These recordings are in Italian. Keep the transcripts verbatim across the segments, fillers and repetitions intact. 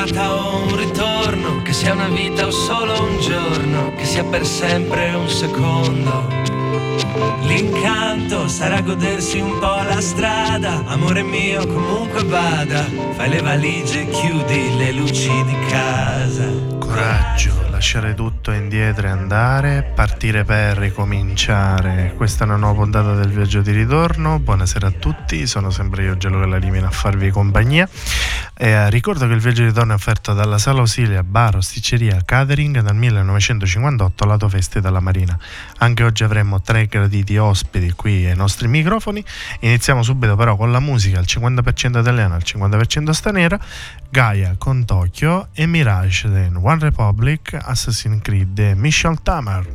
un'andata o un ritorno, che sia una vita o solo un giorno, che sia per sempre un secondo. L'incanto sarà godersi un po' la strada, amore mio comunque vada, fai le valigie e chiudi le luci di casa. Coraggio, lasciare tutto indietro e andare, partire per ricominciare. Questa è una nuova puntata del Viaggio di Ritorno. Buonasera a tutti, sono sempre io Gelo Callarimina a farvi compagnia. Eh, ricordo che il Viaggio di Ritorno è offerto dalla Sala Ausilia Bar, Osticceria, Catering dal millenovecentocinquantotto lato Feste dalla Marina. Anche oggi avremo tre graditi ospiti qui ai nostri microfoni. Iniziamo subito però con la musica, al cinquanta per cento italiana, al cinquanta per cento straniera. Gaia con Tokyo e Mirage then One Republic, Assassin's Creed e Michel Tamer.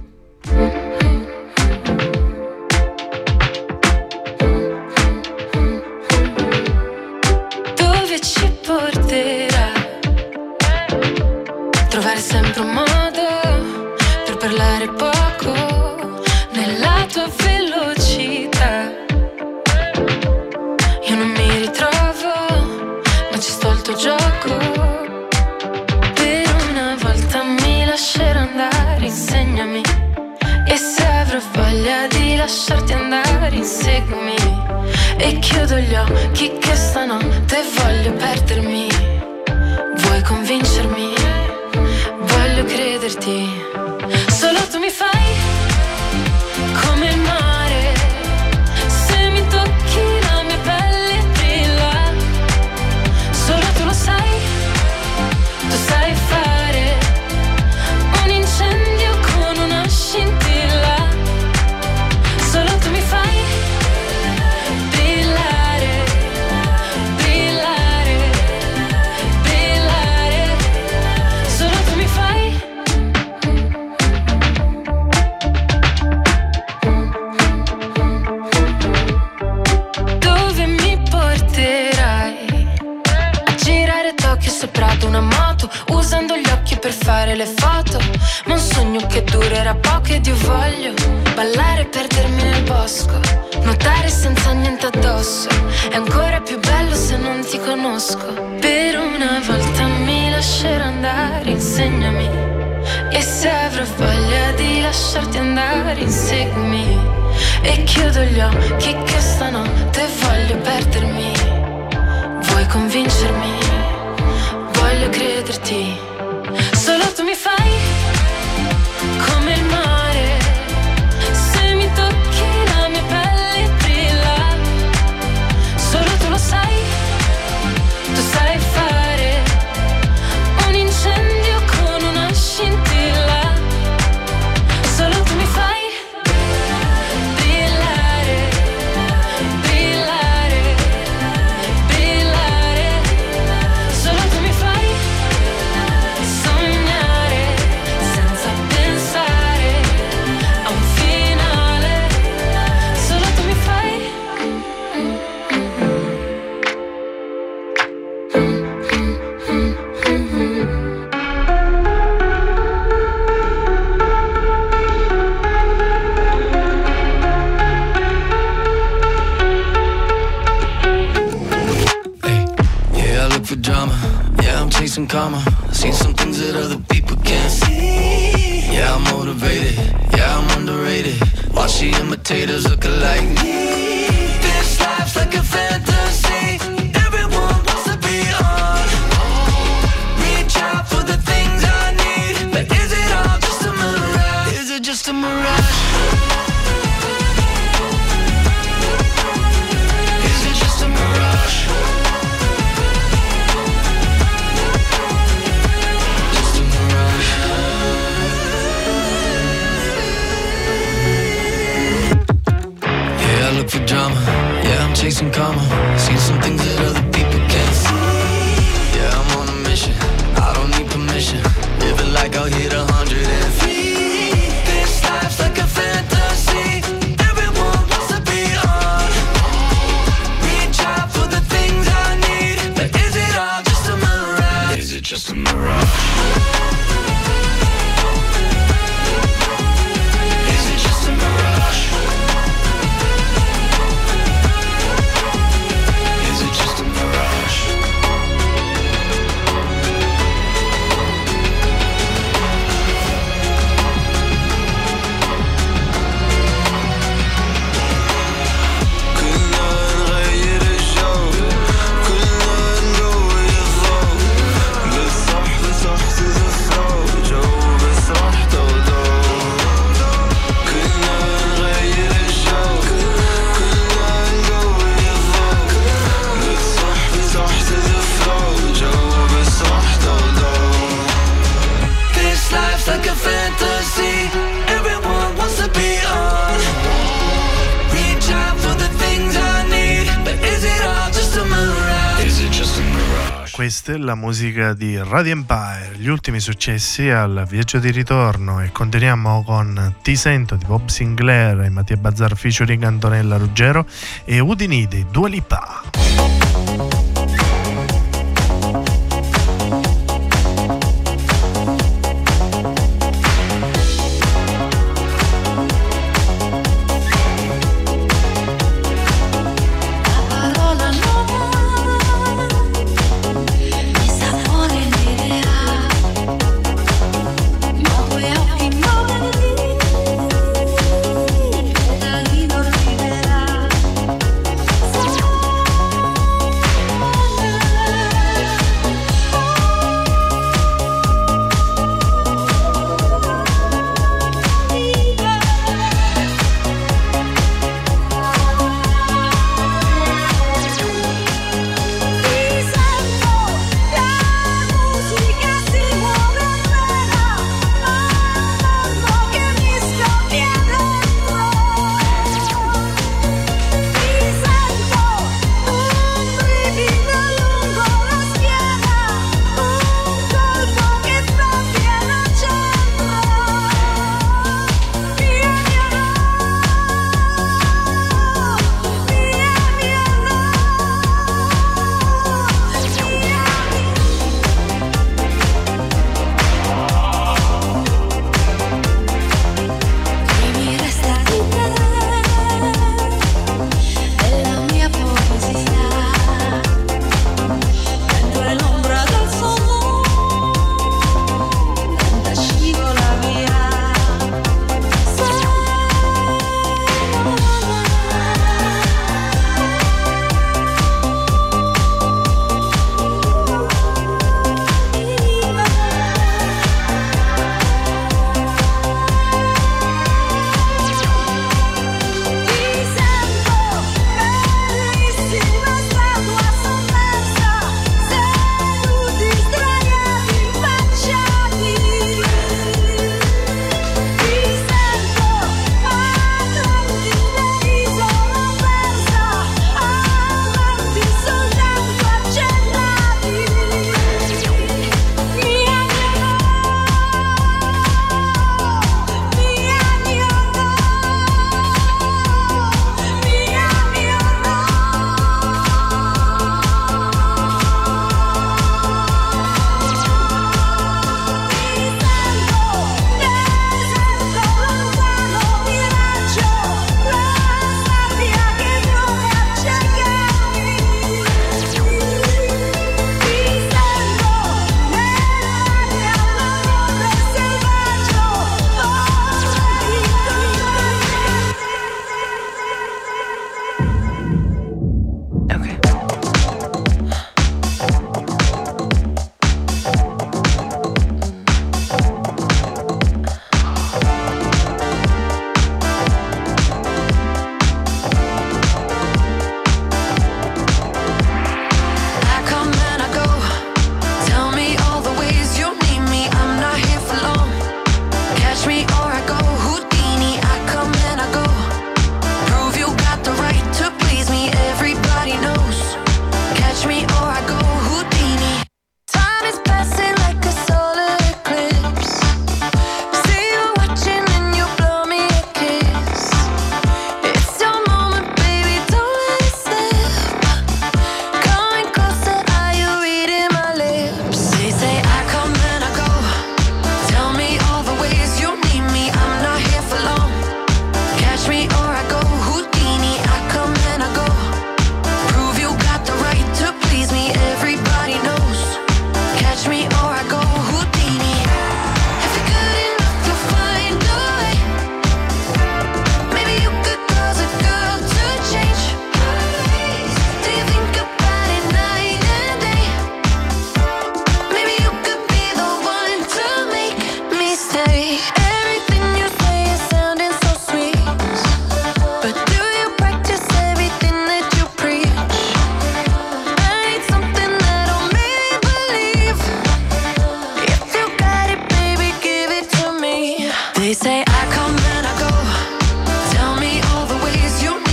Dove ci porterà? Trovare sempre un modo per parlare poco nella tua velocità. Io non mi ritrovo, ma ci sto al tuo gioco. Per una volta mi lascerò andare, insegnami. E se avrò voglia di lasciarti andare, inseguimi. E chiudo gli occhi che stanotte voglio perdermi. Vuoi convincermi? Voglio crederti. Solo tu mi fai come il mare. Se mi tocchi la mia pelle brilla. Solo tu lo sai. Tu sai fare un incendio con una scintilla. Solo tu mi fai brillare, brillare, brillare. Solo tu mi fai. Dove mi porterai? A girare Tokyo sopra ad una moto, usando gli occhi per fare le foto. Ma un sogno che durerà poco ed io voglio ballare e perdermi nel bosco, nuotare senza niente addosso. È ancora più bello se non ti conosco. Per una volta mi lascerò andare, insegnami. E se avrò voglia di lasciarti andare, inseguimi. E chiudo gli occhi che stanotte voglio perdermi. Vuoi convincermi? Voglio crederti. Solo tu mi fai come il mare. Se mi tocchi la mia pelle brilla. Solo tu lo sai. Tu sai fare un incendio con una scintilla. Solo tu mi fai brillare, brillare, brillare. Solo tu mi fai sognare senza pensare a un finale. Solo tu mi fai. Hey, yeah, I look for drama. Yeah, I'm chasing karma. Seen some things that other people can't see. Yeah, I'm motivated. Yeah, I'm underrated. Watch the imitators look alike me. This life's like a fantasy. Everyone wants to be on. Reach out for the things I need. But is it all just a mirage? Is it just a mirage? Is it just a mirage? Just a mirage. Yeah, I look for drama. Yeah, I'm chasing karma. Seen some things that other people can't see. Yeah, I'm on a mission. I don't need permission. Living like I'll hit a hundred and three. This life's like a fantasy. Everyone wants to be on. Reach out for the things I need. But is it all just a mirage? Is it just a mirage? Is it just a mirage? Is it just a mirage? Questa è la musica di Radio Empire, gli ultimi successi al viaggio di ritorno, e continuiamo con Ti sento di Bob Sinclair e Mattia Bazzar featuring Antonella Ruggero e Udini di Dua Lipa.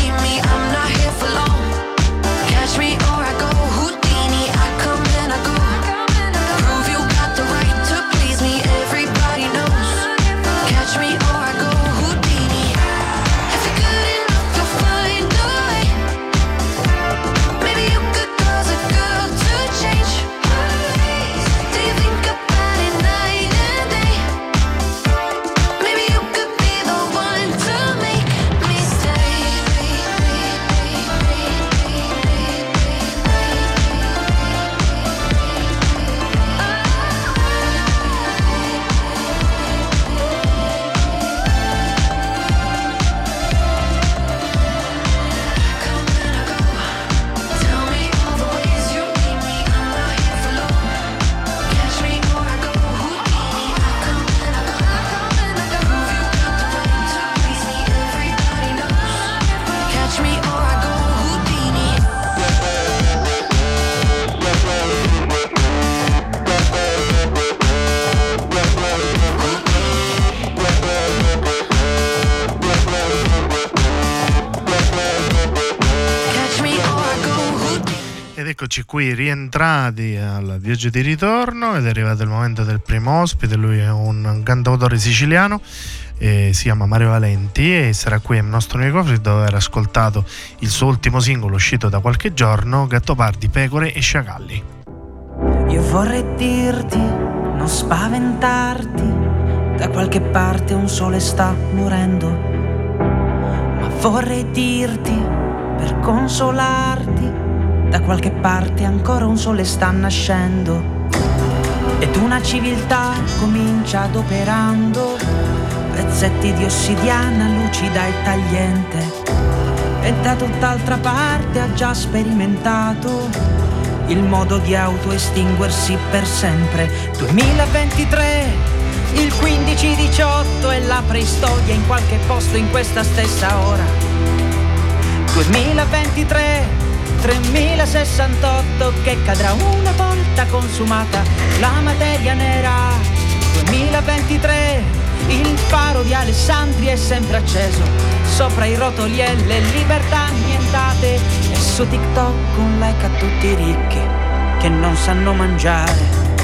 Catch me or I go Houdini, I come and I go. Eccoci qui rientrati al viaggio di ritorno ed è arrivato il momento del primo ospite. Lui è un cantautore siciliano, eh, si chiama Mario Valenti e sarà qui al nostro microfono dopo aver ascoltato il suo ultimo singolo uscito da qualche giorno, Gattopardi, Pecore e Sciacalli. Io vorrei dirti, non spaventarti, da qualche parte un sole sta morendo, ma vorrei dirti, per consolarti, da qualche parte ancora un sole sta nascendo ed una civiltà comincia adoperando pezzetti di ossidiana lucida e tagliente, e da tutt'altra parte ha già sperimentato il modo di autoestinguersi per sempre. duemilaventitré, il quindici diciotto è la preistoria in qualche posto in questa stessa ora. duemilaventitré, tremilasessantotto che cadrà una volta consumata la materia nera. duemilaventitré, il faro di Alessandria è sempre acceso sopra i rotoli e le libertà annientate, e su TikTok un like a tutti i ricchi che non sanno mangiare.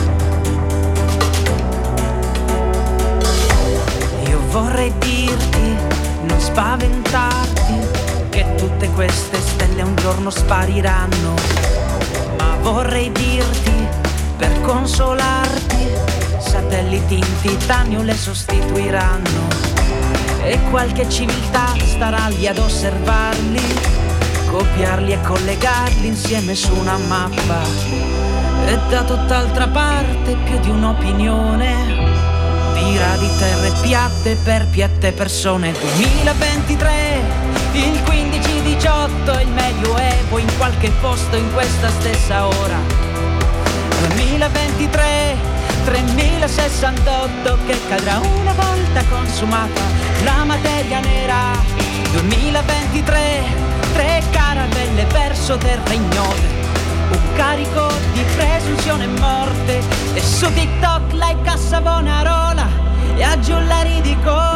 Io vorrei dirti, non spaventarti, che tutte queste stelle un giorno spariranno, ma vorrei dirti, per consolarti, satelliti in titanio le sostituiranno, e qualche civiltà starà lì ad osservarli, copiarli e collegarli insieme su una mappa, e da tutt'altra parte più di un'opinione tira di terre piatte per piatte persone. duemilaventitré, il quindici diciotto, il medioevo in qualche posto in questa stessa ora. duemilaventitré, tremilasessantotto che cadrà una volta consumata la materia nera. duemilaventitré, tre caravelle verso terre ignote, un carico di presunzione e morte, e su TikTok like a Savonarola e a Giullari di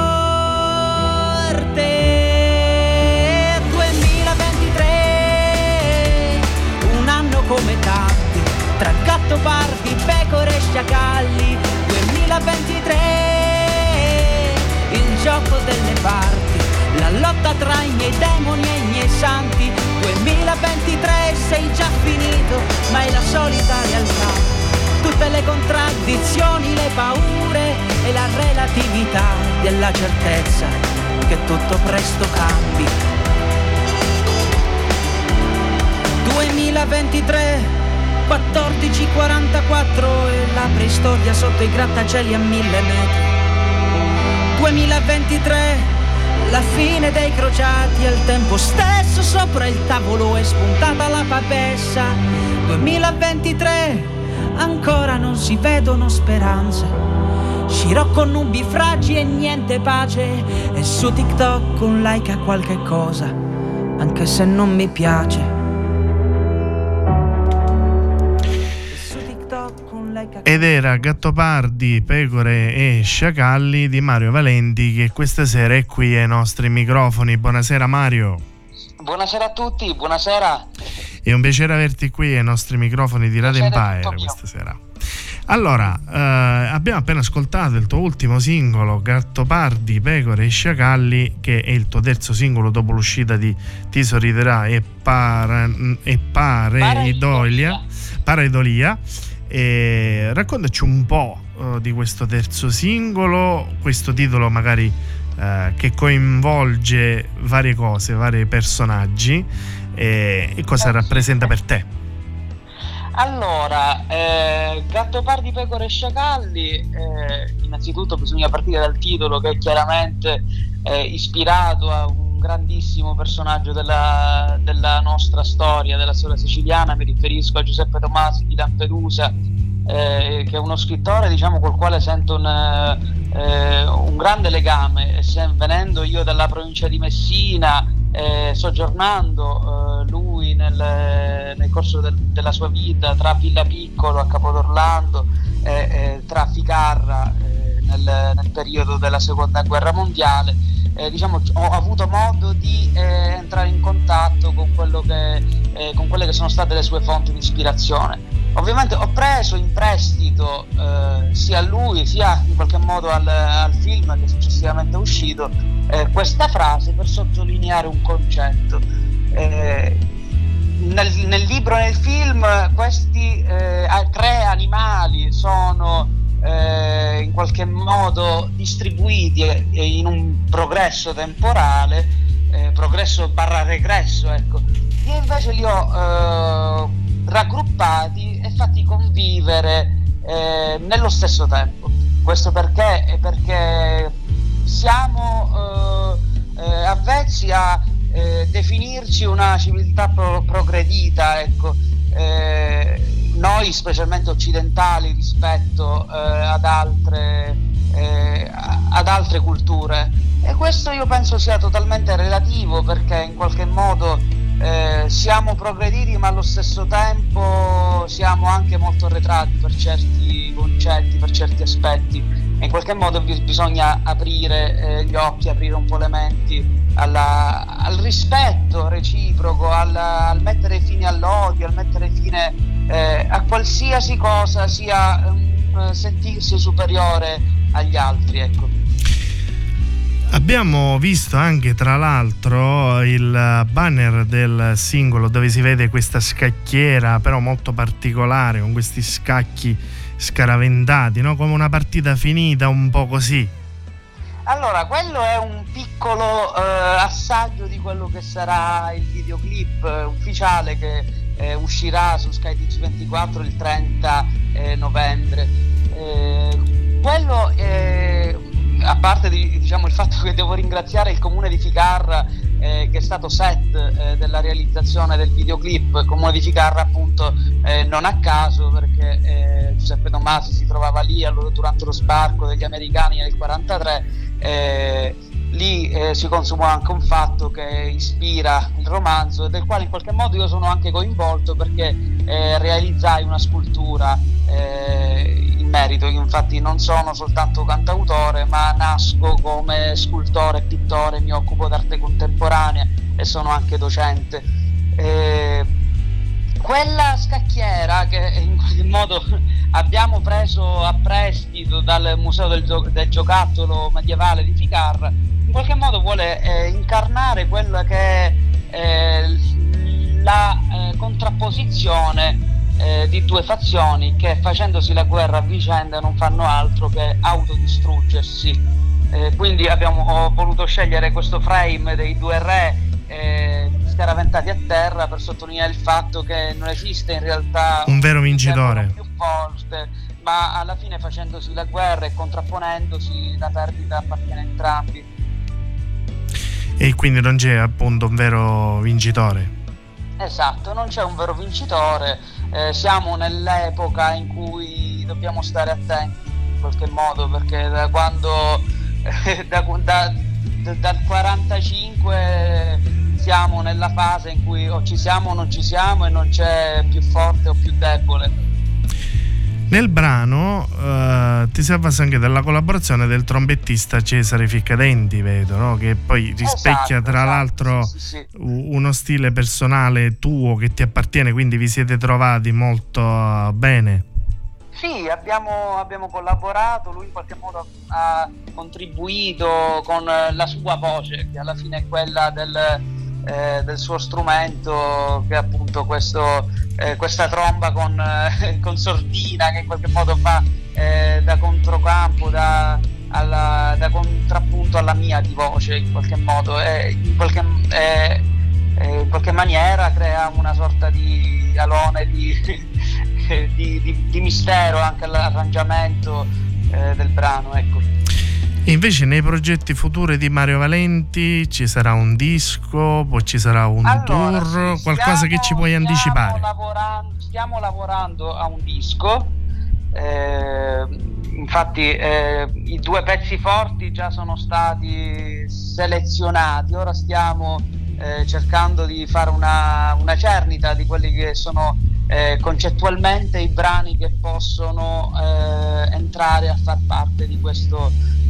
corte. duemilaventitré, un anno come tanti, tra Gattopardi, Pecore e Sciacalli. duemilaventitré, il gioco delle parti, la lotta tra i miei demoni e i miei santi. duemilaventitré, sei già finito, ma è la solita realtà. Tutte le contraddizioni, le paure e la relatività della certezza che tutto presto cambi. duemilaventitré, quattordici quarantaquattro e la preistoria sotto i grattacieli a mille metri. duemilaventitré, la fine dei crociati e il tempo stesso sopra il tavolo è spuntata la papessa. duemilaventitré, ancora non si vedono speranze, scirocco nubi fragi e niente pace, e su TikTok un like a qualche cosa, anche se non mi piace. Ed era Gattopardi, Pecore e Sciacalli di Mario Valenti, che questa sera è qui ai nostri microfoni. Buonasera Mario. Buonasera a tutti, buonasera. È un piacere averti qui ai nostri microfoni di Radio Empire questa sera. Allora, eh, abbiamo appena ascoltato il tuo ultimo singolo, Gattopardi, Pecore e Sciacalli, che è il tuo terzo singolo dopo l'uscita di Ti sorriderà e, para, e Pareidolia. Pareidolia. E raccontaci un po' uh, di questo terzo singolo, questo titolo magari uh, che coinvolge varie cose, vari personaggi, e, e cosa rappresenta per te. Allora, eh, Gattopardi, Pecore e Sciacalli, eh, innanzitutto bisogna partire dal titolo, che è chiaramente eh, ispirato a un grandissimo personaggio della, della nostra storia, della storia siciliana. Mi riferisco a Giuseppe Tomasi di Lampedusa, eh, che è uno scrittore, diciamo, col quale sento un, eh, un grande legame, se, venendo io dalla provincia di Messina, eh, soggiornando eh, lui nel, nel corso del, della sua vita tra Villa Piccolo a Capodorlando, eh, eh, tra Ficarra eh, nel, nel periodo della seconda guerra mondiale. eh, diciamo, ho avuto modo di eh, entrare in contatto con quello che eh, con quelle che sono state le sue fonti di ispirazione. Ovviamente ho preso in prestito eh, sia a lui sia in qualche modo al, al film che successivamente è uscito eh, questa frase per sottolineare un concetto. Eh, nel, nel libro e nel film questi eh, tre animali sono eh, in qualche modo distribuiti in un progresso temporale, eh, progresso barra regresso, ecco. Io invece li ho eh, raggruppati e fatti convivere eh, nello stesso tempo. Questo perché? Perché siamo eh, eh, avvezzi a eh, definirci una civiltà pro- progredita, ecco. Eh, noi specialmente occidentali rispetto eh, ad altre eh, ad altre culture, e questo io penso sia totalmente relativo, perché in qualche modo eh, siamo progrediti ma allo stesso tempo siamo anche molto arretrati per certi concetti, per certi aspetti, e in qualche modo bis- bisogna aprire eh, gli occhi, aprire un po' le menti alla, al rispetto reciproco, al, al mettere fine all'odio, al mettere fine eh, a qualsiasi cosa sia um, sentirsi superiore agli altri, ecco. Abbiamo visto anche tra l'altro il banner del singolo dove si vede questa scacchiera però molto particolare con questi scacchi scaraventati, no? Come una partita finita, un po' così. Allora, quello è un piccolo eh, assaggio di quello che sarà il videoclip eh, ufficiale che eh, uscirà su SkyTeach ventiquattro il trenta eh, novembre. Eh, quello è, a parte di, diciamo, il fatto che devo ringraziare il comune di Ficarra eh, che è stato set eh, della realizzazione del videoclip, comune di Ficarra appunto eh, non a caso, perché eh, Giuseppe Tomasi si trovava lì allora, durante lo sbarco degli americani nel quarantatré. Eh, lì eh, si consumò anche un fatto che ispira il romanzo, del quale in qualche modo io sono anche coinvolto, perché eh, realizzai una scultura eh, in merito. Io infatti non sono soltanto cantautore, ma nasco come scultore e pittore, mi occupo d'arte contemporanea e sono anche docente. Eh, quella scacchiera che in qualche modo abbiamo preso a prestito dal Museo del, Gio- del Giocattolo Medievale di Ficarra, in qualche modo vuole eh, incarnare quella che è eh, la eh, contrapposizione eh, di due fazioni che, facendosi la guerra a vicenda, non fanno altro che autodistruggersi. Eh, quindi abbiamo ho voluto scegliere questo frame dei due re eh, scaraventati a terra per sottolineare il fatto che non esiste in realtà un vero vincitore più forte, ma alla fine facendosi la guerra e contrapponendosi la perdita appartiene a entrambi, e quindi non c'è appunto un vero vincitore. Esatto, non c'è un vero vincitore. Eh, siamo nell'epoca in cui dobbiamo stare attenti in qualche modo, perché da quando eh, da, da, da, dal quarantacinque siamo nella fase in cui o ci siamo o non ci siamo, e non c'è più forte o più debole. Nel brano uh, ti serve anche della collaborazione del trombettista Cesare Ficcadenti, vedo, no? Che poi rispecchia, esatto, tra esatto, l'altro sì, sì, sì. uno stile personale tuo che ti appartiene, quindi vi siete trovati molto uh, bene. Sì, abbiamo, abbiamo collaborato, lui in qualche modo ha contribuito con la sua voce, che alla fine è quella del, eh, del suo strumento, che è appunto questo, eh, questa tromba con, eh, con sordina, che in qualche modo fa eh, da controcampo, da, alla, da contrappunto alla mia di voce, in qualche modo, e in qualche, eh, eh, in qualche maniera crea una sorta di alone di... Di, di, di mistero anche all'arrangiamento eh, del brano, ecco. E invece nei progetti futuri di Mario Valenti ci sarà un disco, poi ci sarà un allora, tour, sì, qualcosa stiamo, che ci puoi stiamo anticipare? Lavorando, stiamo lavorando a un disco, eh, infatti eh, i due pezzi forti già sono stati selezionati, ora stiamo eh, cercando di fare una, una cernita di quelli che sono Eh, concettualmente i brani che possono eh, entrare a far parte di questo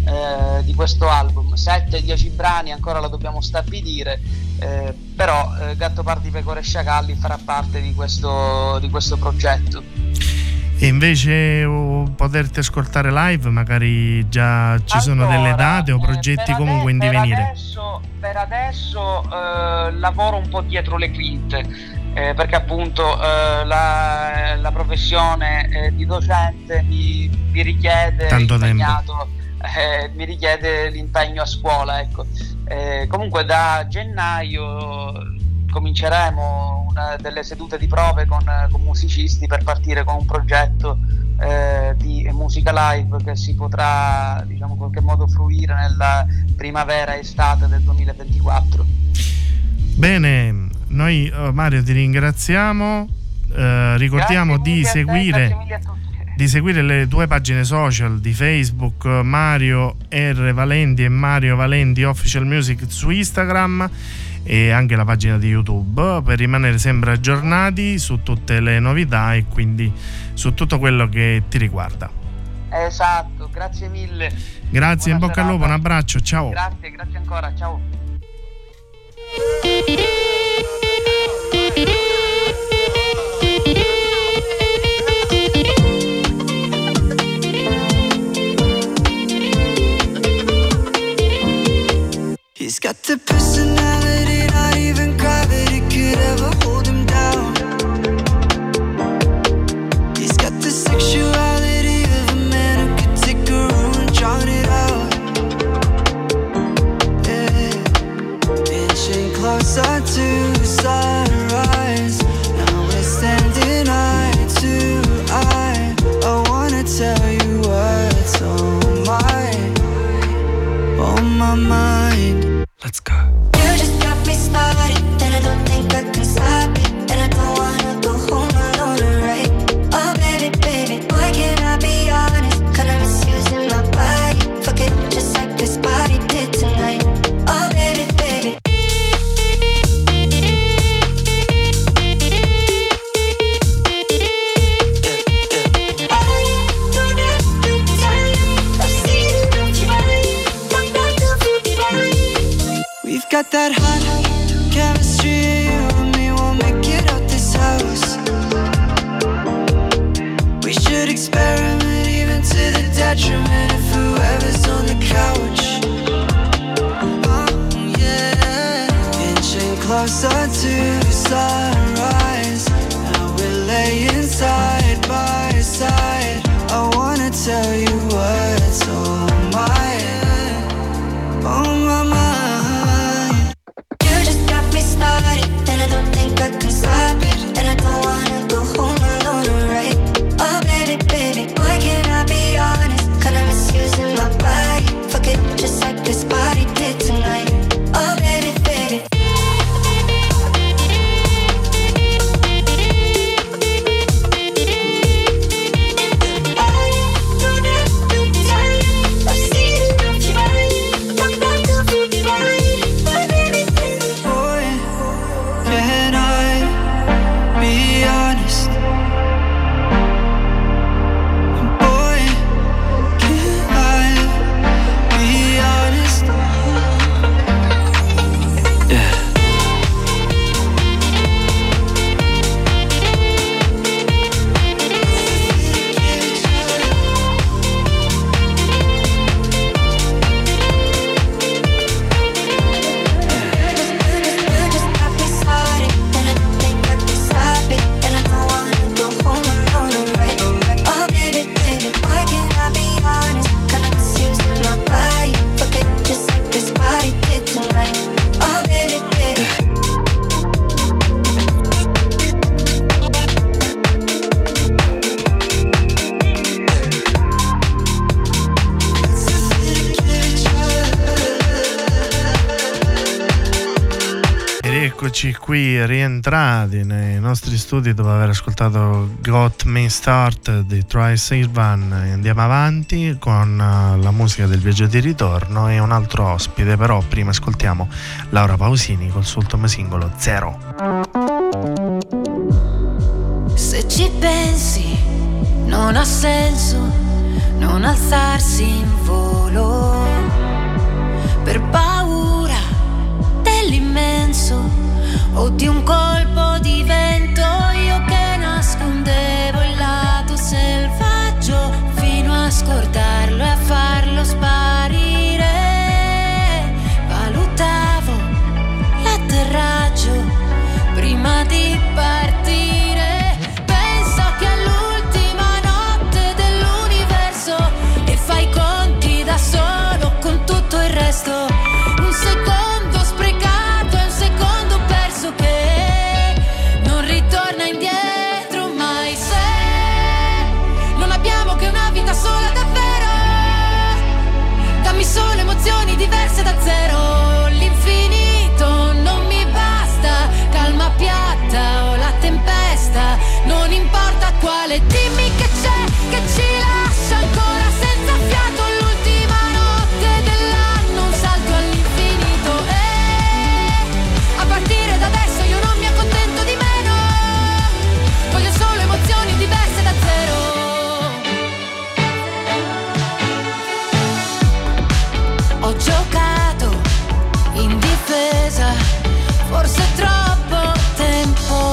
eh, di questo album. sette dieci brani ancora la dobbiamo stabilire, eh, però eh, Gattopardi, Pecore e Sciacalli farà parte di questo, di questo progetto. E invece oh, poterti ascoltare live, magari già ci sono allora, delle date o progetti eh, comunque in per divenire? Adesso, per adesso eh, lavoro un po' dietro le quinte, eh, perché appunto eh, la, la professione eh, di docente mi, mi richiede tanto impegnato, eh, mi richiede l'impegno a scuola, ecco. Eh, comunque da gennaio cominceremo una delle sedute di prove con, con musicisti per partire con un progetto eh, di musica live che si potrà, diciamo, in qualche modo fruire nella primavera-estate del duemilaventiquattro. Bene, noi oh, Mario ti ringraziamo, eh, ricordiamo di seguire, di seguire le tue pagine social di Facebook, Mario R. Valenti e Mario Valenti Official Music su Instagram, e anche la pagina di YouTube, per rimanere sempre aggiornati su tutte le novità e quindi su tutto quello che ti riguarda. Esatto, grazie mille. Grazie, in bocca al lupo, un abbraccio, ciao. Grazie, grazie ancora, ciao. He's got the personality, not even gravity could ever hold him down. He's got the sexuality of a man who could take a room and drown it out. Yeah. Inching closer to sunrise, now we're standing eye to eye. I wanna tell you what's on my, on my mind. Let's go. You just got me started, and I don't think I can stop it. And I don't wanna go home alone, right? Oh baby, baby, why can't I be honest? Kinda misusing my body, fuck it, just like this body did tonight. Oh baby, baby. We've got that hot chemistry, you and me won't make it out this house. We should experiment even to the detriment of whoever's on the couch. Oh yeah, inching closer to sunrise, now we're laying side by side. I wanna tell you what's on my, on my mind. Started, and I don't think I can stop it. And I don't wanna go home alone, right? Oh baby, baby, why can't I be honest? Kinda misusing my body, fuck it, just like this body did tonight. Oh baby, baby. Eccoci qui rientrati nei nostri studi dopo aver ascoltato Got Me Start di Troye Sivan. Andiamo avanti con la musica del viaggio di ritorno e un altro ospite, però prima ascoltiamo Laura Pausini col suo ultimo singolo Zero. Se ci pensi non ha senso non alzarsi in volo, per paura dell'immenso o di un colpo di vento. Io che nascondevo il lato selvaggio fino a scordarlo e a farlo sparire. Valutavo l'atterraggio prima di partire. Penso che all'ultima notte dell'universo e fai i conti da solo con tutto il resto. Un secondo sprecato e un secondo perso che non ritorna indietro mai. Se non abbiamo che una vita sola davvero, dammi solo emozioni diverse da zero. L'infinito non mi basta, calma piatta o la tempesta, non importa quale. Dimmi che c'è, che ci lascia ancora senza fiato. L'ultima notte dell'anno, un salto all'infinito. E a partire da adesso io non mi accontento di meno, voglio solo emozioni diverse da zero. Ho giocato in difesa, forse troppo tempo,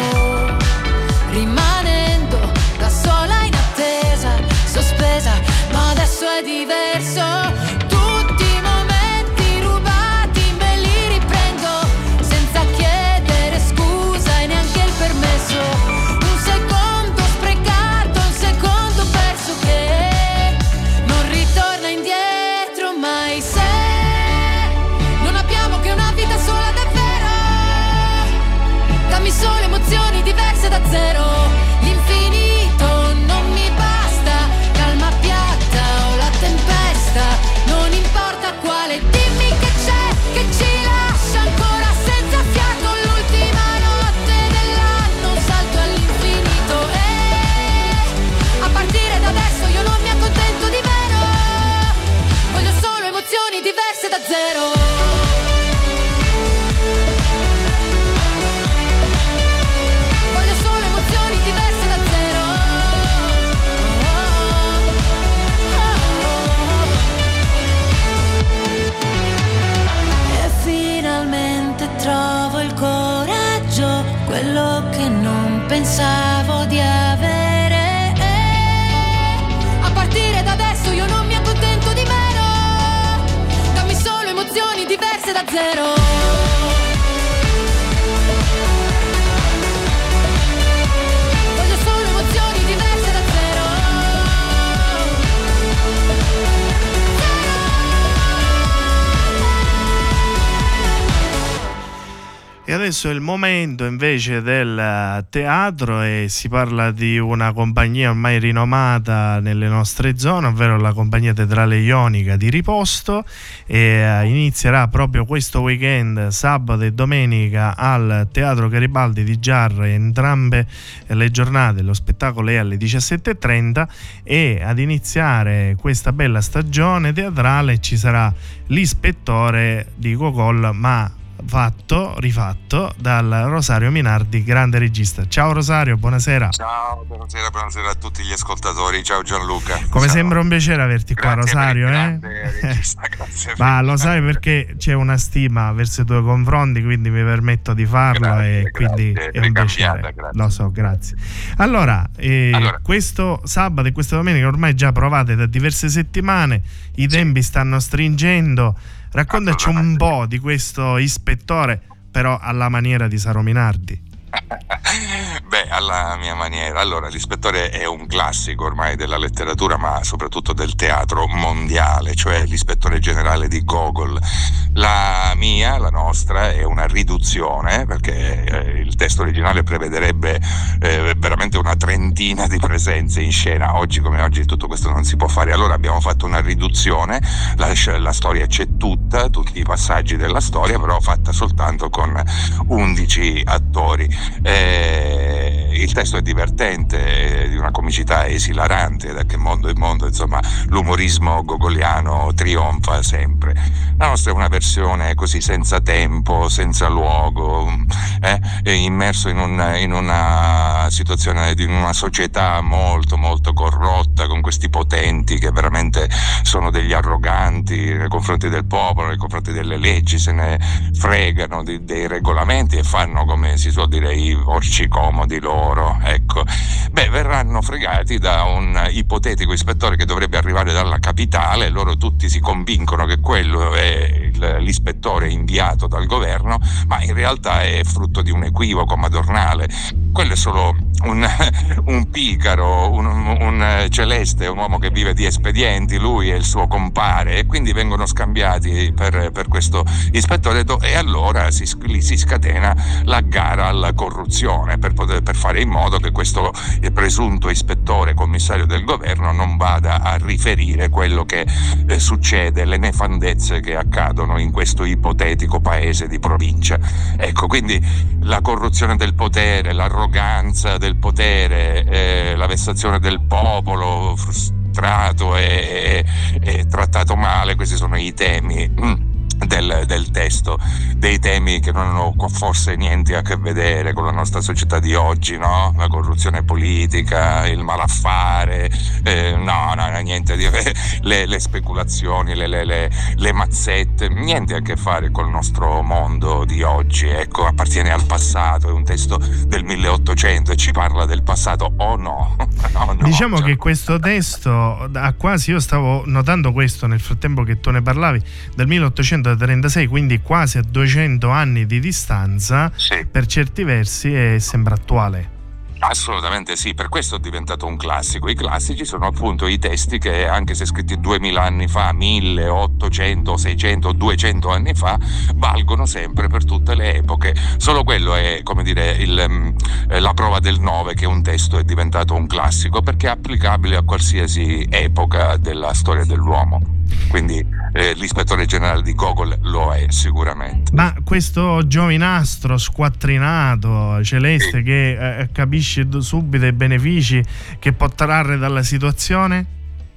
rimanendo da sola in attesa, sospesa, ma adesso è diverso. Tutti i momenti rubati me li riprendo, senza chiedere scusa e neanche il permesso. Un secondo sprecato, un secondo perso che non ritorna indietro mai. Se non abbiamo che una vita sola davvero, dammi solo emozioni diverse da zero. L'infinito non mi basta, calma piatta o la tempesta, non importa quale. Dimmi che c'è, che ci lascia ancora senza fiato. L'ultima notte dell'anno, un salto all'infinito. E a partire da adesso io non mi accontento di meno, voglio solo emozioni diverse da zero. Voglio solo emozioni diverse da zero. E finalmente trovo il coraggio, quello che non pensavo di avere. A partire da adesso io non mi accontento di meno, dammi solo emozioni diverse da zero. Voglio solo emozioni diverse da zero. E adesso è il momento invece del teatro e si parla di una compagnia ormai rinomata nelle nostre zone, ovvero la compagnia teatrale ionica di Riposto, e inizierà proprio questo weekend, sabato e domenica, al Teatro Garibaldi di Giarre. Entrambe le giornate lo spettacolo è alle diciassette e trenta e ad iniziare questa bella stagione teatrale ci sarà l'ispettore di Gogol, ma fatto, rifatto dal Rosario Minardi, grande regista. Ciao Rosario, buonasera. Ciao, buonasera, buonasera a tutti gli ascoltatori. Ciao Gianluca. Come Ciao. Sembra un piacere averti qua, Grazie Rosario. Per eh? regista, grazie. Ma lo sai perché c'è una stima verso i tuoi confronti, quindi mi permetto di farlo. Grazie, e quindi grazie. è un piacere. Grazie. Lo so, grazie. Allora, eh, allora, questo sabato e questa domenica ormai già provate da diverse settimane, i tempi sì. stanno stringendo. Raccontaci un po' di questo ispettore, però alla maniera di Saro Minardi. Beh, alla mia maniera. Allora, l'ispettore è un classico ormai della letteratura, ma soprattutto del teatro mondiale, cioè l'ispettore generale di Gogol. La mia, la nostra, è una riduzione, perché eh, il testo originale prevederebbe eh, veramente una trentina di presenze in scena. Oggi come oggi tutto questo non si può fare, allora abbiamo fatto una riduzione. La, la storia c'è tutta, tutti i passaggi della storia, però fatta soltanto con undici attori. Eh, il testo è divertente, è di una comicità esilarante, da che mondo in mondo, insomma, l'umorismo gogoliano trionfa sempre. La nostra è una versione così senza tempo, senza luogo, eh, immerso in, un, in una situazione, in una società molto molto corrotta, con questi potenti che veramente sono sono degli arroganti nei confronti del popolo, nei confronti delle leggi, se ne fregano di, dei regolamenti e fanno, come si suol dire, i porci comodi loro, ecco. Beh, verranno fregati da un ipotetico ispettore che dovrebbe arrivare dalla capitale, loro tutti si convincono che quello è il, l'ispettore inviato dal governo, ma in realtà è frutto di un equivoco madornale. Quello è solo un, un picaro, un, un Celeste, un uomo che vive di espedienti, lui e il suo compare, e quindi vengono scambiati per, per questo ispettore, e allora si, lì si scatena la gara alla corruzione per, poter, per fare in modo che questo presunto ispettore commissario del governo non vada a riferire quello che eh, succede, le nefandezze che accadono in questo ipotetico paese di provincia. Ecco, quindi la corruzione del potere, l'arroganza del potere, eh, la vessazione del popolo frustrato e, e, e trattato male, questi sono i temi mm. Del, del testo, dei temi che non hanno forse niente a che vedere con la nostra società di oggi, no? La corruzione politica, il malaffare, eh, no, no, niente di le, le speculazioni, le, le, le, le mazzette, niente a che fare col nostro mondo di oggi, ecco, appartiene al passato, è un testo del milleottocento e ci parla del passato o no? no, no diciamo cioè... che questo testo ha quasi, io stavo notando questo nel frattempo che tu ne parlavi, del milleottocentotrentasei, quindi quasi a duecento anni di distanza, sì. Per certi versi è, sembra attuale. Assolutamente sì, per questo è diventato un classico. I classici sono appunto i testi che, anche se scritti duemila anni fa, mille, ottocento, seicento, duecento anni fa, valgono sempre per tutte le epoche. Solo quello è, come dire, il, la prova del nove che un testo è diventato un classico, perché è applicabile a qualsiasi epoca della storia dell'uomo. Quindi eh, l'ispettore generale di Gogol lo è sicuramente. Ma questo giovinastro squattrinato, Celeste, sì, che eh, capisce subito i benefici che può trarre dalla situazione?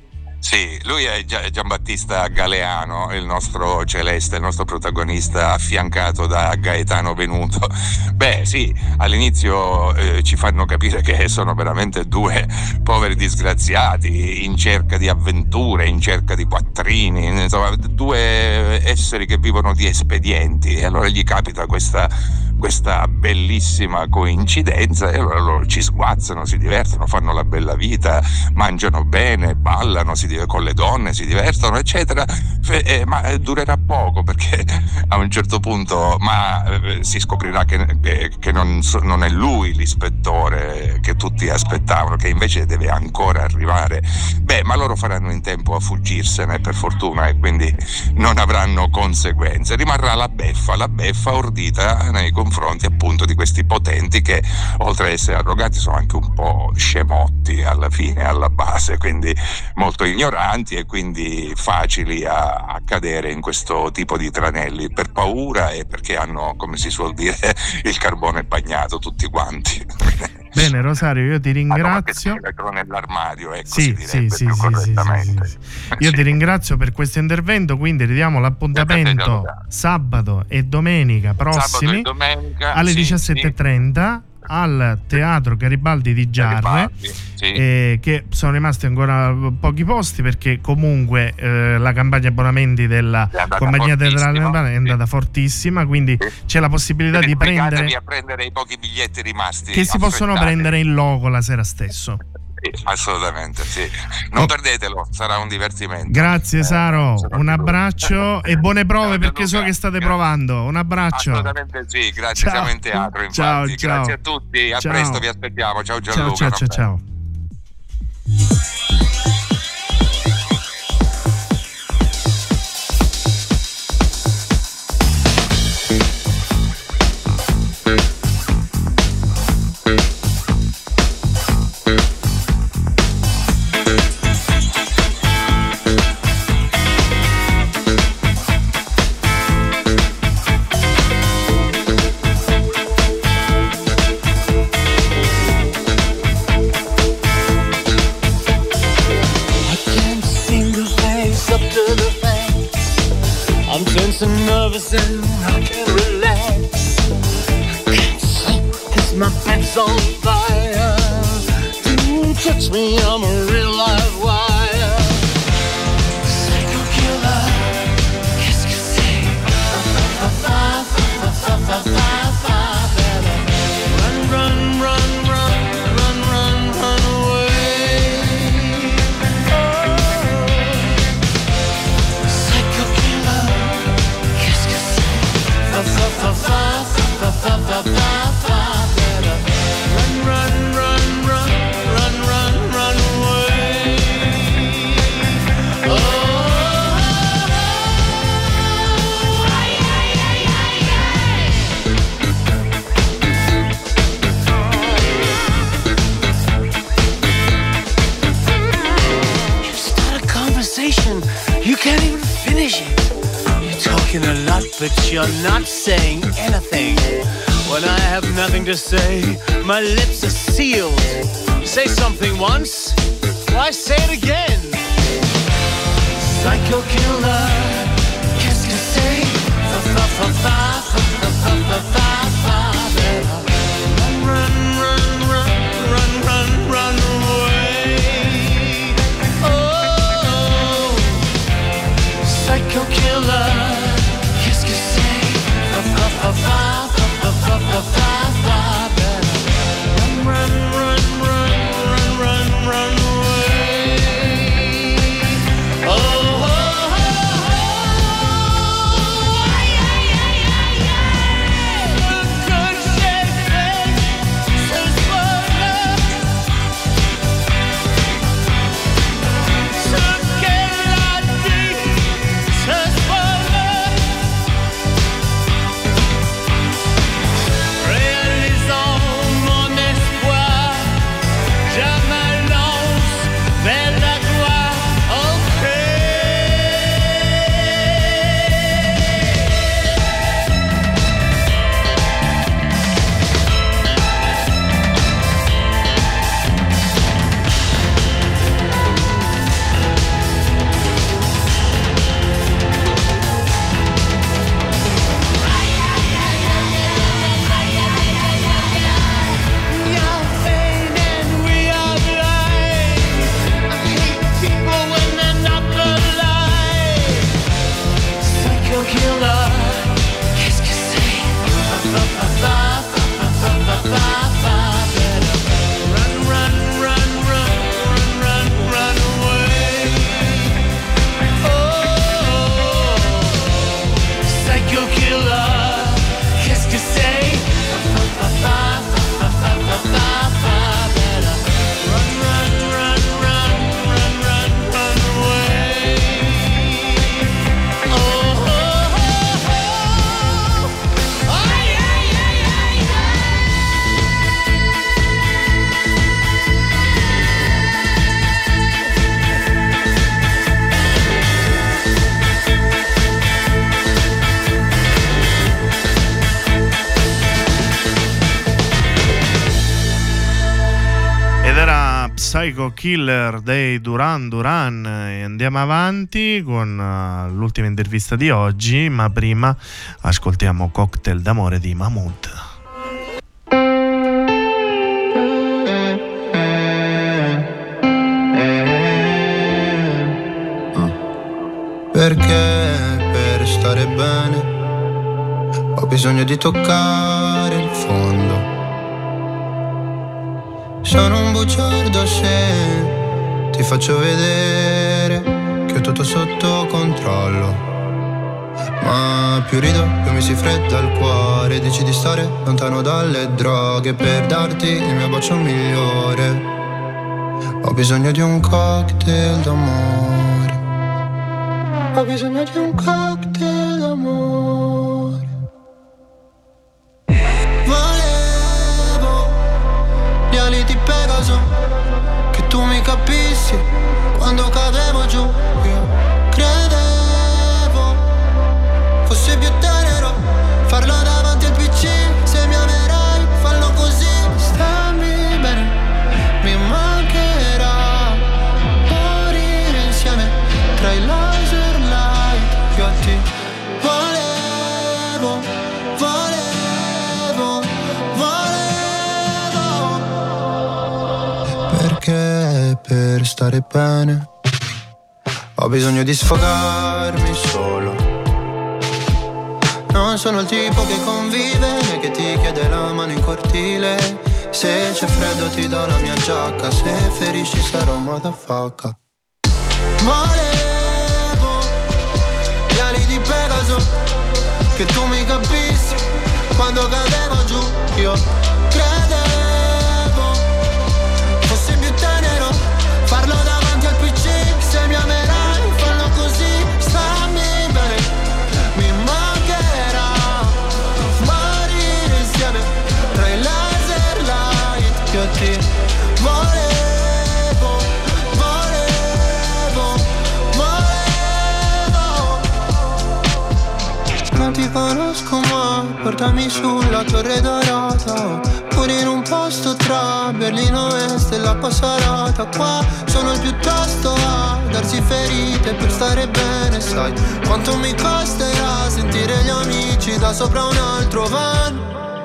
Sì, lui è Giambattista Galeano, il nostro Celeste, il nostro protagonista, affiancato da Gaetano Venuto. Beh sì, all'inizio eh, ci fanno capire che sono veramente due poveri disgraziati in cerca di avventure, in cerca di quattrini, insomma due esseri che vivono di espedienti, e allora gli capita questa, questa bellissima coincidenza e allora loro ci sguazzano, si divertono, fanno la bella vita, mangiano bene, ballano, si con le donne, si divertono eccetera, eh, ma durerà poco, perché a un certo punto ma eh, si scoprirà che, che, che non, non è lui l'ispettore che tutti aspettavano, che invece deve ancora arrivare. Beh, ma loro faranno in tempo a fuggirsene, per fortuna, e quindi non avranno conseguenze. Rimarrà la beffa, la beffa ordita nei confronti appunto di questi potenti che, oltre ad essere arroganti, sono anche un po' scemotti alla fine, alla base, quindi molto ignoranti e quindi facili a, a cadere in questo tipo di tranelli, per paura e perché hanno, come si suol dire, il carbone bagnato tutti quanti. Bene Rosario, io ti ringrazio. Nell'armadio, ecco, sì, si sì, sì, più sì, correttamente. Sì, sì, sì. Io sì. ti ringrazio per questo intervento, quindi ridiamo l'appuntamento sabato e domenica prossimi e domenica, alle sì, diciassette e trenta. Sì. Al Teatro Garibaldi di Giarre, sì. eh, che sono rimasti ancora pochi posti perché comunque eh, la campagna abbonamenti della compagnia teatrale è andata sì. fortissima, quindi sì. c'è la possibilità di prendere a prendere i pochi biglietti rimasti, che si possono prendere in loco la sera stesso. Sì, assolutamente sì, non oh. perdetelo, sarà un divertimento. Grazie Saro, eh, un abbraccio e buone prove, perché so che state provando. Un abbraccio. Assolutamente sì, grazie, ciao. Siamo in teatro infatti. Ciao, ciao. Grazie a tutti, a ciao. presto, vi aspettiamo. Ciao Gianluca. Ciao ciao ciao, ciao. Nervous and I can't relax. I can't sleep 'cause my bed's on fire. Don't touch me, I'm a real live wire. conversation, you can't even finish it. You're talking a lot, but you're not saying anything. When I have nothing to say, my lips are sealed. Say something once, why say it again? Psycho killer, qu'est-ce que c'est? Fa fa fa fa fa fa fa fa fa. Run, run, run, run, run, run, run away. Oh, psycho killer, qu'est-ce que c'est? Fa fa fa fa fa fa fa fa fa. Run, run, run, run, run, run away. Oh. Psycho Killer dei Duran Duran, e andiamo avanti con uh, l'ultima intervista di oggi, ma prima ascoltiamo Cocktail d'amore di Mahmood. Perché per stare bene ho bisogno di toccare il fondo. Sono un bugiardo se ti faccio vedere che ho tutto sotto controllo. Ma più rido, più mi si fredda il cuore. Dici di stare lontano dalle droghe per darti il mio bacio migliore. Ho bisogno di un cocktail d'amore. Ho bisogno di un cocktail d'amore. Gli ali di Pegaso, che tu mi capissi quando cadevo giù. Io credevo fosse più tenero farlo davanti al P C. Se mi amerai, fallo così. Stammi bene, mi mancherà morire insieme tra i laser light. Io a ti volevo, volevo, volevo. Perché per stare bene ho bisogno di sfogarmi solo. Non sono il tipo che convive né che ti chiede la mano in cortile. Se c'è freddo ti do la mia giacca, se ferisci sarò motherfucker. Volevo gli ali di Pegaso, che tu mi capissi quando cadevo giù. Io credevo fosse più tenero farlo davanti al P C. Se mi amerai, fallo così. Stammi bene, mi mancherà morire insieme tra i laser light. Io ti volevo, volevo, portami sulla Torre Dorata, pure in un posto tra Berlino Est e la Passarata. Qua sono il più tosto a darsi ferite per stare bene. Sai quanto mi costerà sentire gli amici da sopra un altro van.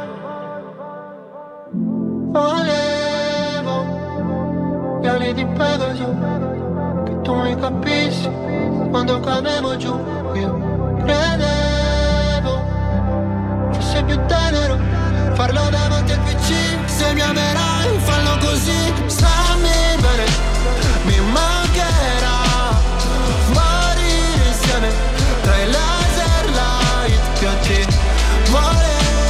Volevo gli ali di Pegaso, che tu mi capissi quando cadevo giù. Io credevo fosse più tenero farlo davanti al P C. Se mi amerai fallo così, stammi bene, mi mancherà morire insieme tra i laser light che a te volevo.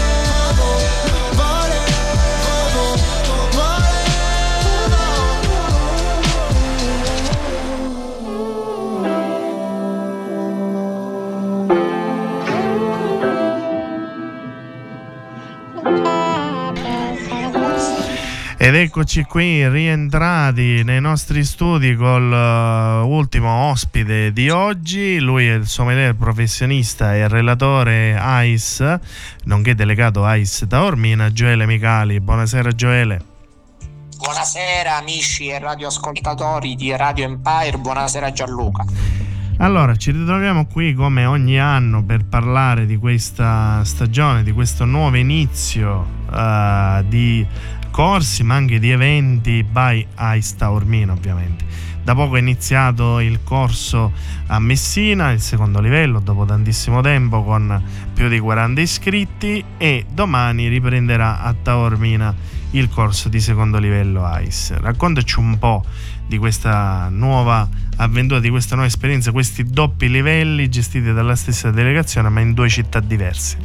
Ed eccoci qui rientrati nei nostri studi col uh, ultimo ospite di oggi. Lui è il sommelier professionista e relatore A I S, nonché delegato A I S Taormina, Gioele Micali. Buonasera Gioele. Buonasera amici e radioascoltatori di Radio Empire, buonasera Gianluca. Allora, ci ritroviamo qui come ogni anno per parlare di questa stagione, di questo nuovo inizio uh, di corsi, ma anche di eventi by A I S Taormina, ovviamente. Da poco è iniziato il corso a Messina, il secondo livello, dopo tantissimo tempo, con più di quaranta iscritti, e domani riprenderà a Taormina il corso di secondo livello A I S. Raccontaci un po' di questa nuova avventura, di questa nuova esperienza, questi doppi livelli gestiti dalla stessa delegazione ma in due città diverse.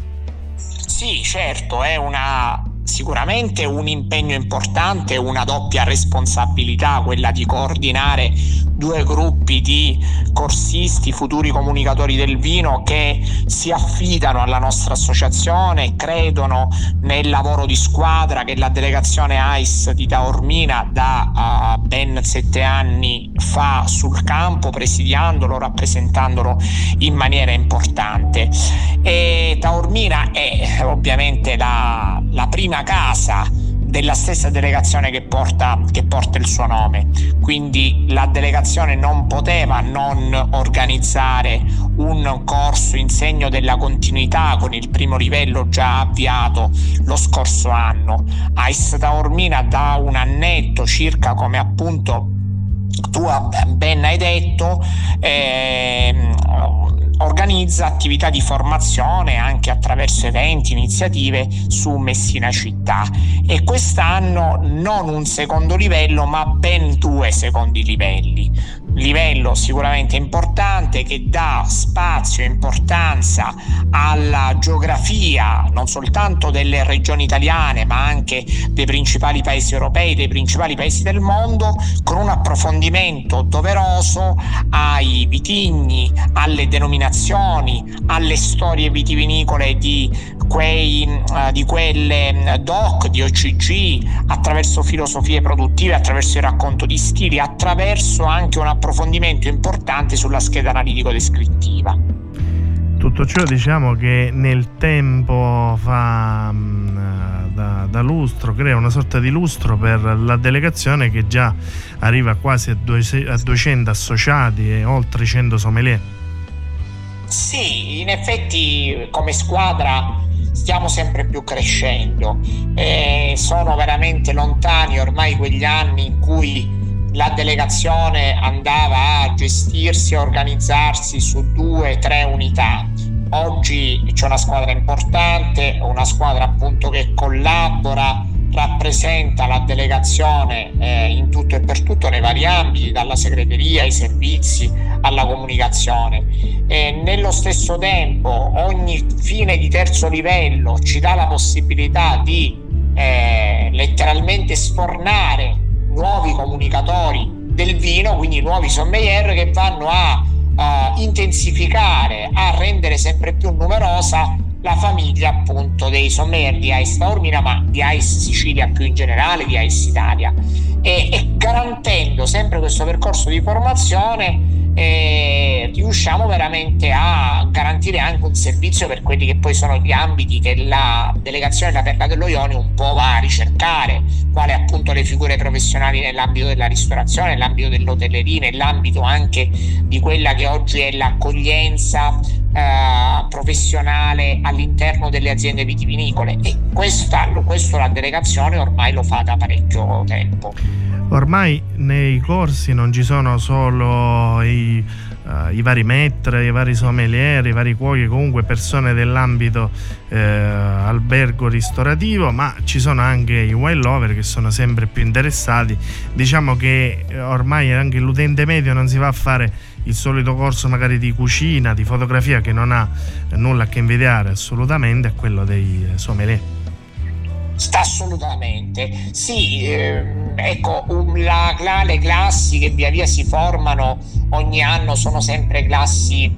Sì, certo, è una sicuramente un impegno importante, una doppia responsabilità, quella di coordinare due gruppi di corsisti, futuri comunicatori del vino, che si affidano alla nostra associazione, credono nel lavoro di squadra che la delegazione A I S di Taormina da uh, ben sette anni fa sul campo, presidiandolo, rappresentandolo in maniera importante. E Taormina è ovviamente la, la prima casa della stessa delegazione che porta, che porta il suo nome, quindi la delegazione non poteva non organizzare un corso in segno della continuità con il primo livello già avviato lo scorso anno. A I S Taormina da un annetto circa, come appunto tu ben hai detto, eh, organizza attività di formazione anche attraverso eventi, iniziative su Messina città, e quest'anno non un secondo livello ma ben due secondi livelli. Livello sicuramente importante che dà spazio e importanza alla geografia non soltanto delle regioni italiane ma anche dei principali paesi europei, dei principali paesi del mondo, con un approfondimento doveroso ai vitigni, alle denominazioni, alle storie vitivinicole di quei uh, di quelle D O C, di O C G, attraverso filosofie produttive, attraverso il racconto di stili, attraverso anche un approfondimento importante sulla scheda analitico-descrittiva. Tutto ciò, diciamo, che nel tempo fa mh, da, da lustro, crea una sorta di lustro per la delegazione, che già arriva quasi a, due, a duecento associati e oltre cento sommelier. Sì, in effetti come squadra stiamo sempre più crescendo, eh, sono veramente lontani ormai quegli anni in cui la delegazione andava a gestirsi e organizzarsi su due, tre unità. Oggi c'è una squadra importante, una squadra appunto che collabora, rappresenta la delegazione eh, in tutto e per tutto nei vari ambiti, dalla segreteria ai servizi alla comunicazione. E nello stesso tempo ogni fine di terzo livello ci dà la possibilità di eh, letteralmente sfornare nuovi comunicatori del vino, quindi nuovi sommelier che vanno a, a intensificare, a rendere sempre più numerosa la famiglia appunto dei sommelier di A I S Taormina, ma di A I S Sicilia più in generale, di A I S Italia, e, e garantendo sempre questo percorso di formazione, eh, riuscendo riusciamo veramente a garantire anche un servizio per quelli che poi sono gli ambiti che la delegazione della Perla dello Ionio un po' va a ricercare, quale appunto le figure professionali nell'ambito della ristorazione, nell'ambito dell'hotelleria, nell'ambito anche di quella che oggi è l'accoglienza eh, professionale all'interno delle aziende vitivinicole, e questa, questo la delegazione ormai lo fa da parecchio tempo. Ormai nei corsi non ci sono solo i, uh, i vari maître, i vari sommelier, i vari cuochi, comunque persone dell'ambito eh, albergo ristorativo, ma ci sono anche i wine lover che sono sempre più interessati. Diciamo che ormai anche l'utente medio non si va a fare il solito corso magari di cucina, di fotografia, che non ha nulla a che invidiare assolutamente a quello dei sommelier. Sta assolutamente, sì, ehm, ecco, um, la, la, le classi che via via si formano ogni anno sono sempre classi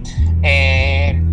eh,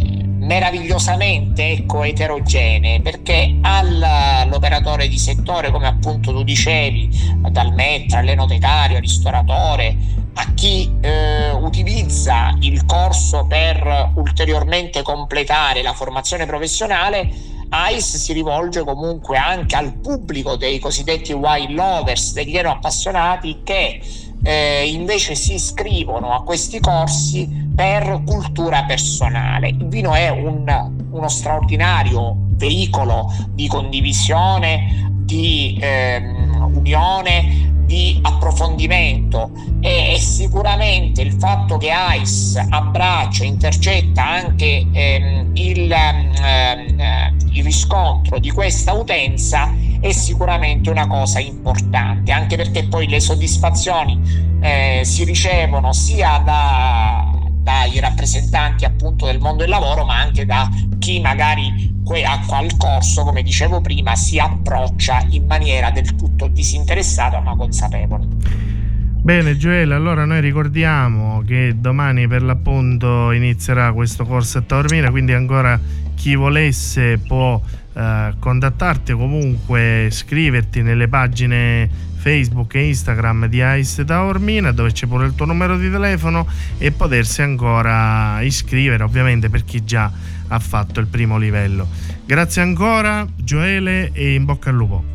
meravigliosamente ecco, eterogenee, perché all'operatore di settore, come appunto tu dicevi, dal maître all'enotecario, al ristoratore, a chi eh, utilizza il corso per ulteriormente completare la formazione professionale, A I S si rivolge comunque anche al pubblico dei cosiddetti wine lovers, degli eno appassionati che eh, invece si iscrivono a questi corsi per cultura personale. Il vino è un, uno straordinario veicolo di condivisione, di ehm, unione, di approfondimento, e, e sicuramente il fatto che A I S abbraccia, intercetta anche ehm, il, ehm, il riscontro di questa utenza è sicuramente una cosa importante, anche perché poi le soddisfazioni eh, si ricevono sia da dai rappresentanti appunto del mondo del lavoro, ma anche da chi magari al corso, come dicevo prima, si approccia in maniera del tutto disinteressata ma consapevole. Bene Gioele, allora noi ricordiamo che domani per l'appunto inizierà questo corso a Taormina, quindi ancora chi volesse può eh, contattarti o comunque scriverti nelle pagine Facebook e Instagram di A I S Taormina, dove c'è pure il tuo numero di telefono, e potersi ancora iscrivere, ovviamente per chi già ha fatto il primo livello. Grazie ancora Gioele e in bocca al lupo.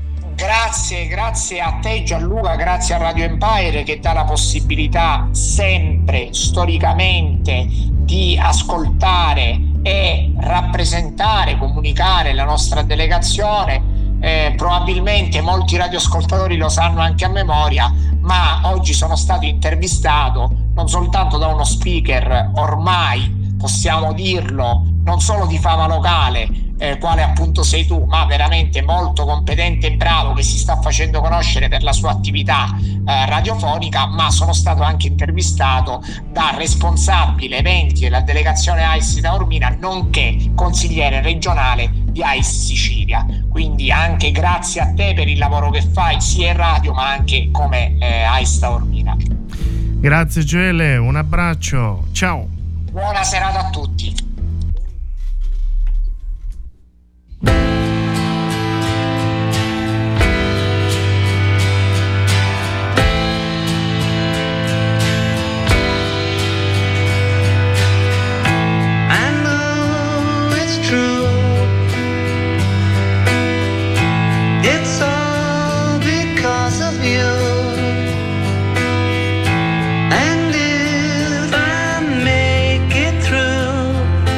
Grazie, grazie a te Gianluca, grazie a Radio Empire che dà la possibilità sempre storicamente di ascoltare e rappresentare, comunicare la nostra delegazione. Eh, probabilmente molti radioascoltatori lo sanno anche a memoria, ma oggi sono stato intervistato non soltanto da uno speaker, ormai possiamo dirlo, non solo di fama locale, eh, quale appunto sei tu, ma veramente molto competente e bravo, che si sta facendo conoscere per la sua attività eh, radiofonica, ma sono stato anche intervistato da responsabile eventi della delegazione A I S Taormina, nonché consigliere regionale di A I S Sicilia. Quindi anche grazie a te per il lavoro che fai sia in radio ma anche come eh, A I S Taormina. Grazie Gioele, un abbraccio, ciao. Buona serata a tutti. And if I make it through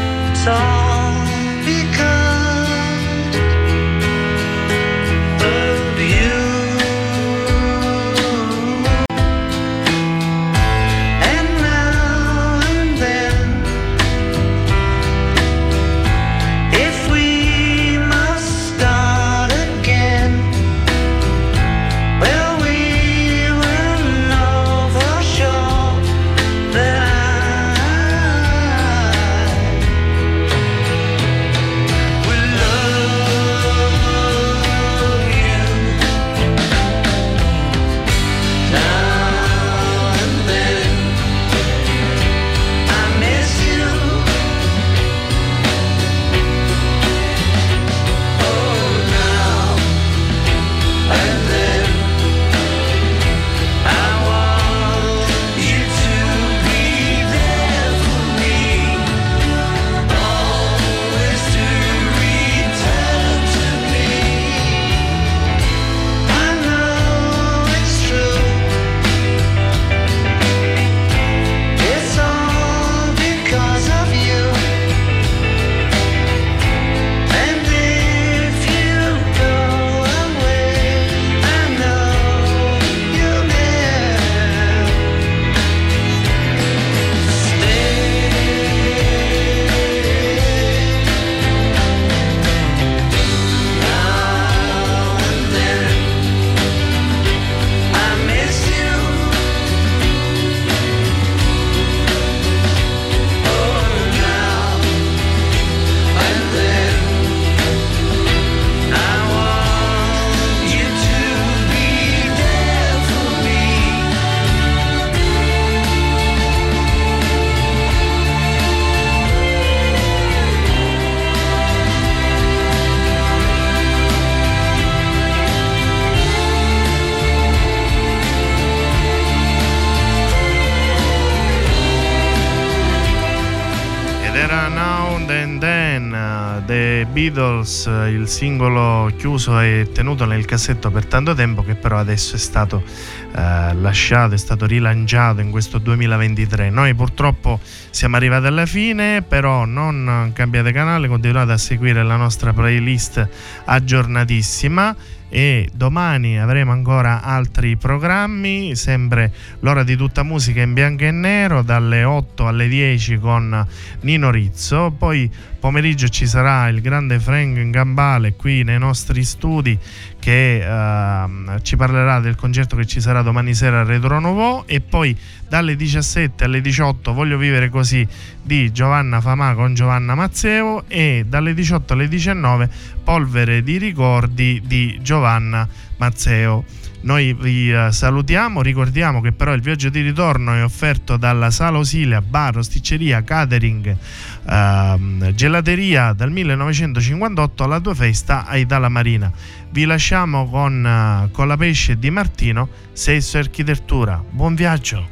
era Now and Then, The Beatles, il singolo chiuso e tenuto nel cassetto per tanto tempo, che però adesso è stato eh, lasciato, è stato rilanciato in questo duemilaventitré. Noi purtroppo siamo arrivati alla fine, però non cambiate canale, continuate a seguire la nostra playlist aggiornatissima. E domani avremo ancora altri programmi, sempre l'ora di tutta musica in bianco e nero dalle otto alle dieci con Nino Rizzo. Poi pomeriggio ci sarà il grande Frank Gambale qui nei nostri studi, che uh, ci parlerà del concerto che ci sarà domani sera a Retro Nouveau. E poi dalle diciassette alle diciotto Voglio vivere così di Giovanna Famà con Giovanna Mazzeo, e dalle diciotto alle diciannove Polvere di ricordi di Giovanna Mazzeo. Noi vi uh, salutiamo, ricordiamo che però il viaggio di ritorno è offerto dalla Sala Osilia, bar, rosticceria, catering, uh, gelateria dal millenovecentocinquantotto alla tua festa a Italia Marina. Vi lasciamo con, uh, con la pesce di Martino, Sesso e Architettura. Buon viaggio!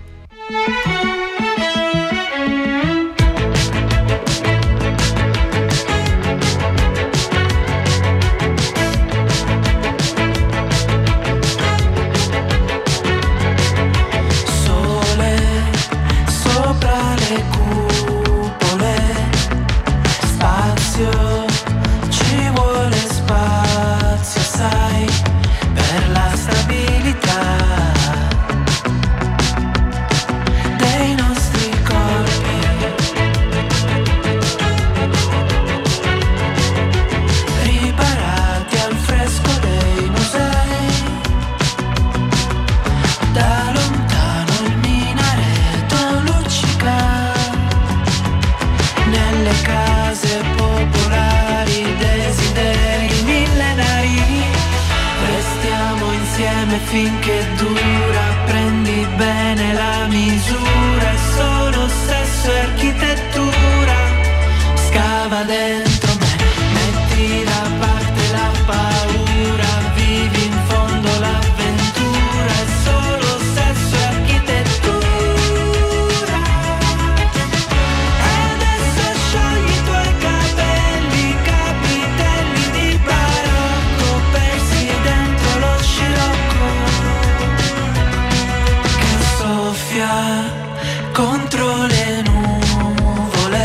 Ci vuole spazio, sai, per la stabilità dei nostri corpi. Riparati al fresco dei musei, da lontano il minareto luccica nelle case popolari, desideri millenari. Restiamo insieme finché dura, prendi bene la misura, è solo sesso e architettura. Scava dentro me, metti da parte la paura, vivi in fondo l'avventura, è solo sesso e architettura. Adesso sciogli i tuoi capelli, capitelli di barocco, persi dentro lo scirocco che soffia contro le nuvole,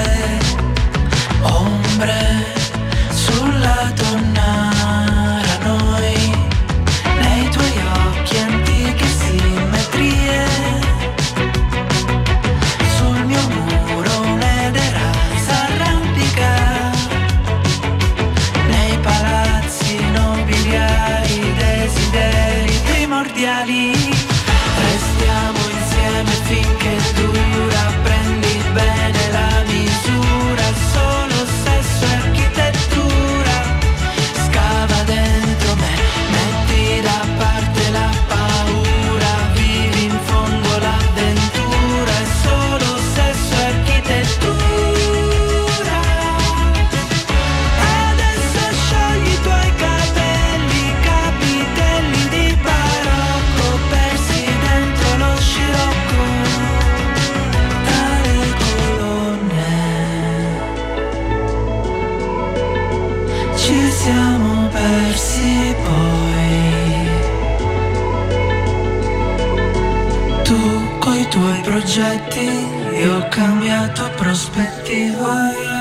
ombre sulla tonnara, noi nei tuoi occhi antiche simmetrie, sul mio muro un'edera s'arrampica, nei palazzi nobiliari, desideri primordiali. Restiamo insieme finché dura, prendi bene la misura, solo sesso e architettura. Scava dentro me, metti da parte la paura, vivi in fondo l'avventura, è solo sesso e architettura. Adesso sciogli i tuoi capelli, capitelli di barocco, persi dentro lo scirocco tra le colonne. Ci siamo persi poi, tu coi tuoi progetti, io ho cambiato prospettiva.